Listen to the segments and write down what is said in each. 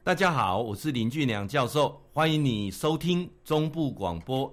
大家好，我是林俊良教授，欢迎你收听中部广播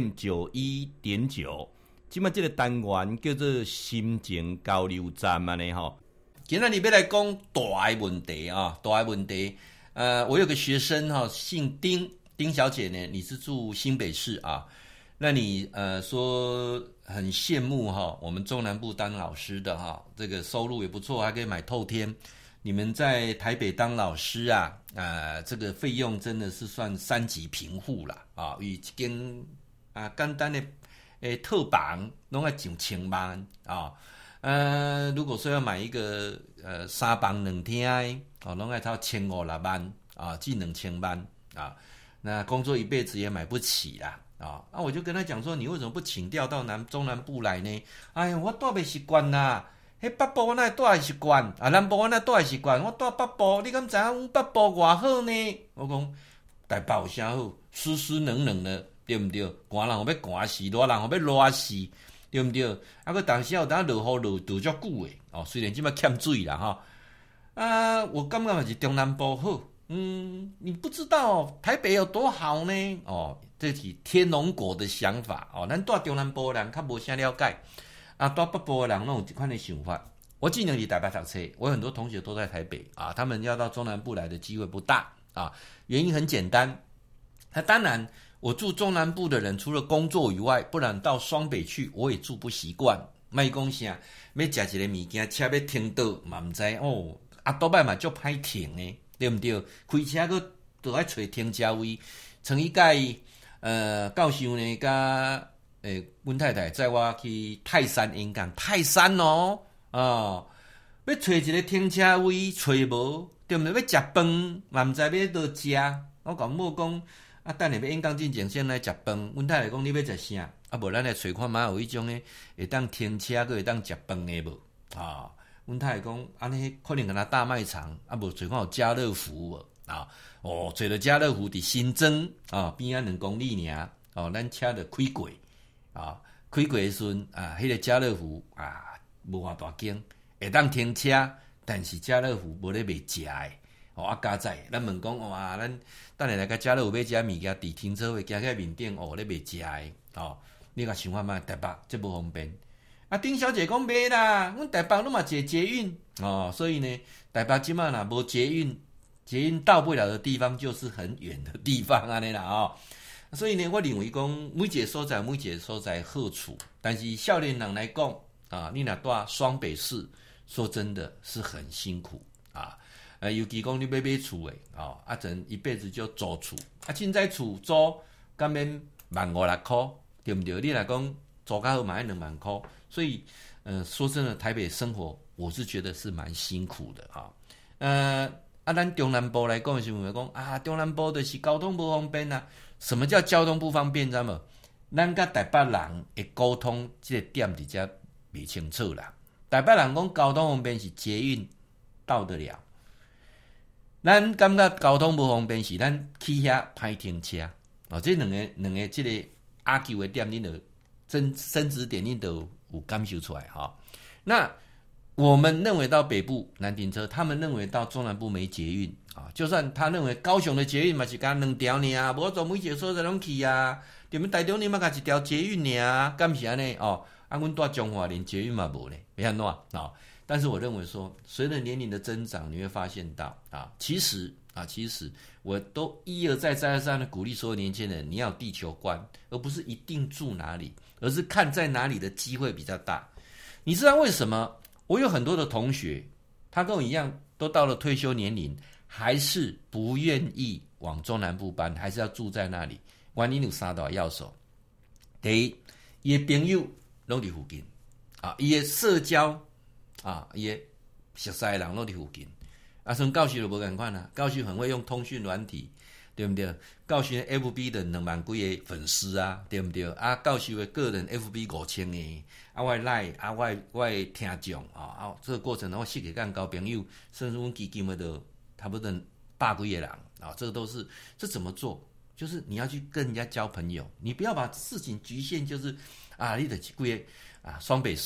FM91.9。今麦这个单元叫做心情交流站嘛呢吼。今天你要来讲大的问题啊，大的问题。我有个学生哈，姓丁，丁小姐呢，你是住新北市啊？那你说很羡慕哈，我们中南部当老师的哈，这个收入也不错，还可以买透天。你们在台北当老师啊，这个费用真的是算3级贫户啦啊，与一间简单的套房拢要上千万啊。如果说要买一个3房2厅哦，拢要到1500-16万啊，近2000万啊。那工作一辈子也买不起啦啊。我就跟他讲说，你为什么不请调到中南部来呢？哎呀，我住不习惯啦。迄北部我哪会住会习惯南部我哪住会习惯？我住北部，你敢知影阮北部偌好呢？我讲台北有啥好？湿湿冷冷的，对不对？寒人互要寒死，热人互要热死，对不对？个当时有当落雨落足久的哦，虽然即摆欠水啦哈。我感觉嘛是中南部好。你不知道台北有多好呢？哦，这是天龙国的想法哦。咱住中南部的人较无啥了解。到北部的人拢有这款的想法。我今年去台北读册，我很多同学都在台北啊，他们要到中南部来的机会不大啊。原因很简单，当然我住中南部的人，除了工作以外，不然到双北去我也住不习惯。莫讲啥，要食一个物件，车要停倒嘛唔知哦。多摆嘛足歹停的，对不对？开车佫都要找停车位。曾一届教授呢，甲阮太太载我去泰山演讲，泰山哦，要找一个停车位，找无，对不对？要食饭，嘛唔知要倒食。我讲某讲，等下要演讲之前先来食饭。阮太太讲你要食啥？无咱来找看嘛，有迄种诶会当停车，佫会当食饭诶无？阮太太讲，安尼可能敢若大卖场，无找看有家乐福无？找到家乐福伫新庄边2公里尔，咱车就开过。开过的时阵迄个家乐福无偌大间，会当停车，但是家乐福无咧卖食的。加载，咱问讲咱等下来甲家乐福买食物件，伫停车位行起面顶咧卖食的。你甲想看嘛，台北这无方便。丁小姐讲买啦，阮台北拢嘛坐捷运所以呢，台北即马若无捷运到不了的地方，就是很远的地方安尼啦所以呢，我认为讲每一个所在好处，但是少年人来讲你若住双北市，说真的是很辛苦尤其讲你要买厝的真一辈子就租厝凊彩厝租敢免15000-600块，对不对？你若讲租较好嘛要2万块，所以说真的，台北生活我是觉得是蛮辛苦的咱中南部来讲是问讲中南部就是交通不方便啊。什么叫交通不方便？知道吗？咱甲台北人的沟通这个点伫遮未清楚啦。台北人讲交通方便是捷运到得了，咱感觉交通不方便是咱去遐歹停车这两个这个阿求的点，恁就深指点，恁就有感受出来那我们认为到北部难停车，他们认为到中南部没捷运就算他认为高雄的捷运嘛是甲2条尔，无做每一个所在拢去对面台中你嘛甲1条捷运尔，敢是安尼阮住中华连捷运嘛无咧，要安怎但是我认为说，随着年龄的增长，你会发现到其实我都一而再再而三的鼓励所有年轻人，你要有地球观，而不是一定住哪里，而是看在哪里的机会比较大。你知道为什么？我有很多的同学，他跟我一样，都到了退休年龄，还是不愿意往中南部搬，还是要住在那里。原因有3大要素。第一，伊的朋友拢伫附近伊的社交伊的熟悉的人拢伫附近像教授就无同款教授很会用通讯软体，对不对？教授 FB 的2万几个粉丝对不对？教授的个人 FB 5000个我的 LINE 我的听众这个过程我4个交朋友，甚至阮基金的都差不多100几个人这个都是这怎么做？就是你要去跟人家交朋友，你不要把事情局限就是你的几个双北市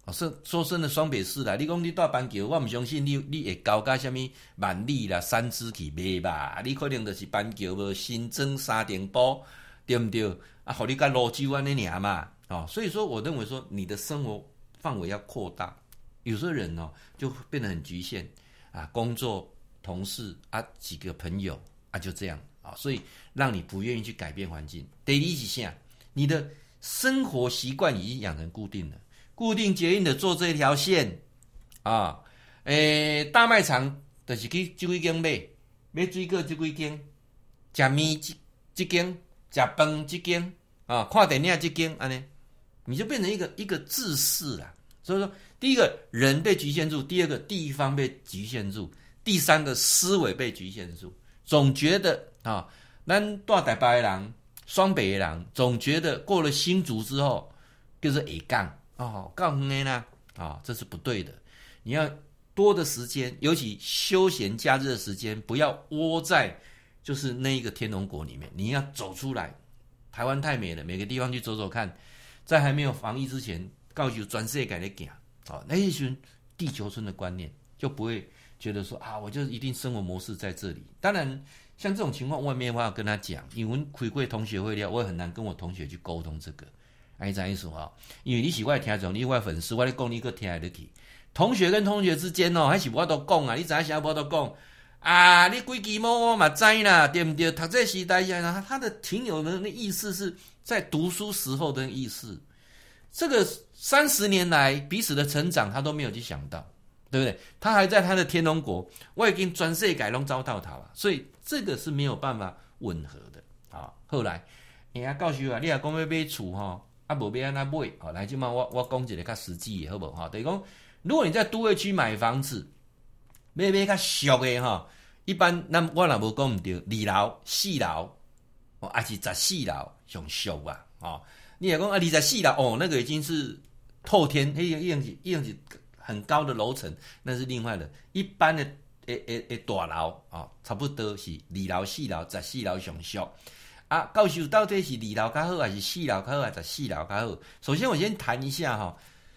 说真的，双北市啦，你讲你带板桥，我唔相信你会交到什么万里啦、三芝去卖吧？你可能就是板桥无新增沙田埔，对不对？啊，互你甲泸州安尼尔嘛，所以说我认为说你的生活范围要扩大，有时候人就变得很局限啊，工作、同事啊，几个朋友啊，就这样啊，所以让你不愿意去改变环境。第二是啥？你的生活习惯已经养成固定了。固定捷运的坐这条线啊，大卖场就是去这几间买水果这几间，吃面这间，吃饭这间啊，看电影这间，安尼你就变成一个自私啦。所以说，第一个人被局限住，第二个地方被局限住，第三个思维被局限住，总觉得啊，咱大台北的人、双北的人，总觉得过了新竹之后就是下港。够远啦，这是不对的。你要多的时间，尤其休闲假日的时间，不要窝在就是那一个天龙国里面，你要走出来。台湾太美了，每个地方去走走看。在还没有防疫之前，告诉全世界的行，那一群地球村的观念，就不会觉得说我就一定生活模式在这里。当然，像这种情况，我也没办法跟他讲，因为开过同学会了，我也很难跟我同学去沟通这个。你知意思因为你是我的听众，你是我的粉丝，我咧讲你个听得起。同学跟同学之间还是我都讲啊，你知影啥我都讲啊，你规矩我嘛知啦，对不对？读这时代下，他的停留的那意思是在读书时候的意思。这个30年来彼此的成长，他都没有去想到，对不对？他还在他的天龙国，我已经全世界拢走透透啊，所以这个是没有办法吻合的啊。后来，教授啊，你也讲要买厝无要安怎买？来，今晚我讲一个较实际的，好不好？等于讲，如果你在都会区买房子，买较俗的一般我若无讲唔对，2楼、4楼，还是14楼上俗啊？你也讲24楼那个已经是透天，一样是很高的楼层，那是另外的。一般的大楼差不多是2楼、4楼、14楼上俗。教授到底是2楼较好，还是4楼较好，还是14楼较好？首先我先谈一下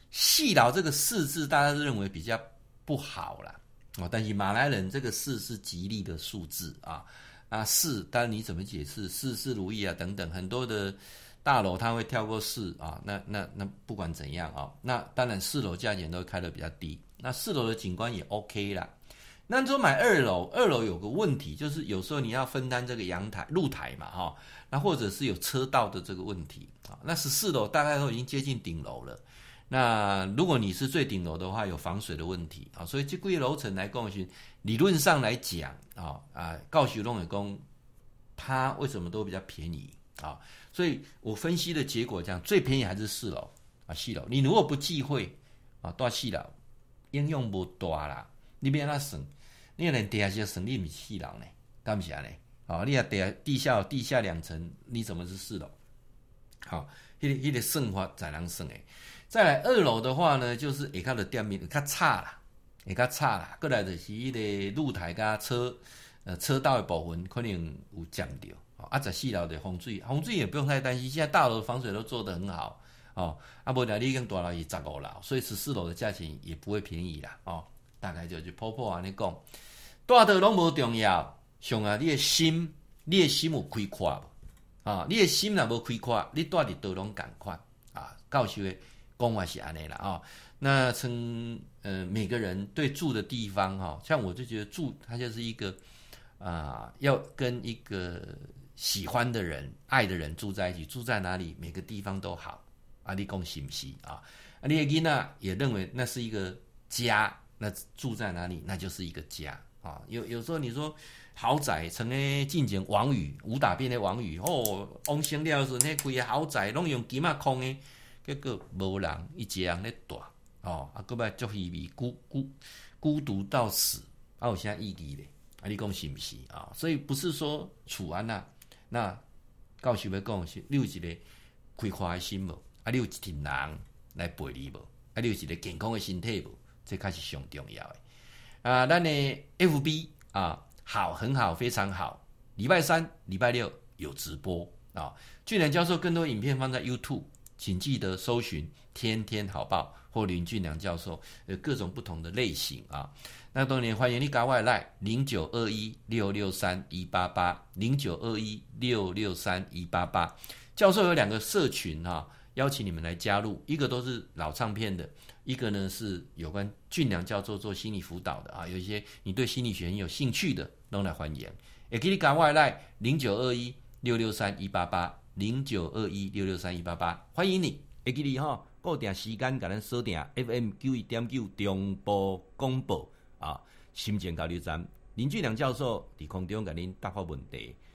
4楼这个4字，大家都认为比较不好啦。但是马来人这个4是吉利的数字4，当然你怎么解释？事事如意等等，很多的大楼它会跳过4那不管怎样那当然4楼价钱都会开得比较低，那4楼的景观也 OK 啦。那说买2楼，2楼有个问题，就是有时候你要分担这个阳台、露台嘛，那或者是有车道的这个问题那14楼大概都已经接近顶楼了。那如果你是最顶楼的话，有防水的问题所以这几个楼层来讲，理论上来讲教授都会讲，它为什么都比较便宜所以我分析的结果讲，最便宜还是4楼4楼。你如果不忌讳住4楼，应用不大啦，你要怎算？你连地下室省，你不是4楼呢？干不起来呢？你地下2层，你怎么是4楼？那个算法才能算诶。再来2楼的话呢，就是下较的店面较差啦，过来就是那个露台加车道的部分可能有占掉14楼的风水也不用太担心，现在大楼的防水都做得很好不然你跟大楼是15楼，所以14楼的价钱也不会便宜啦大概就是破安尼讲。大道拢无重要，上你的心有开阔无你的心若无开阔，你住伫倒拢同款教授的讲话是安尼啦那每个人对住的地方像我就觉得住它就是一个要跟一个喜欢的人、爱的人住在一起，住在哪里每个地方都好你讲是不是你的囡仔也认为那是一个家，那住在哪里那就是一个家有时候你说豪宅，像个进前王宇武打边的王宇王生了时迄规个豪宅拢用金空的，结果无人一个人咧住搁摆足稀微，孤独到死有啥意义咧？你讲是不是所以不是说厝安那教授要讲是，你有一个开阔的心无你有一群人来陪你无你有一个健康的身体无，这才是上重要的咱的 FB 好，很好，非常好。礼拜3、礼拜6有直播俊然教授更多影片放在 YouTube 请记得搜寻天天好报或林俊良教授，各种不同的类型啊。那当然欢迎你加我的 LINE 0921-663-188，0921-663-188。教授有2个社群啊，邀请你们来加入，一个都是老唱片的，一个呢是有关俊良教授做心理辅导的啊，有一些你对心理学很有兴趣的，都来欢迎。也可以加我的 LINE 0921-663-188，0921-663-188，欢迎你。会记你固定时间，甲咱锁定 FM 91.9中部广播啊，心情交流站，林俊良教授伫空中甲您答复问题。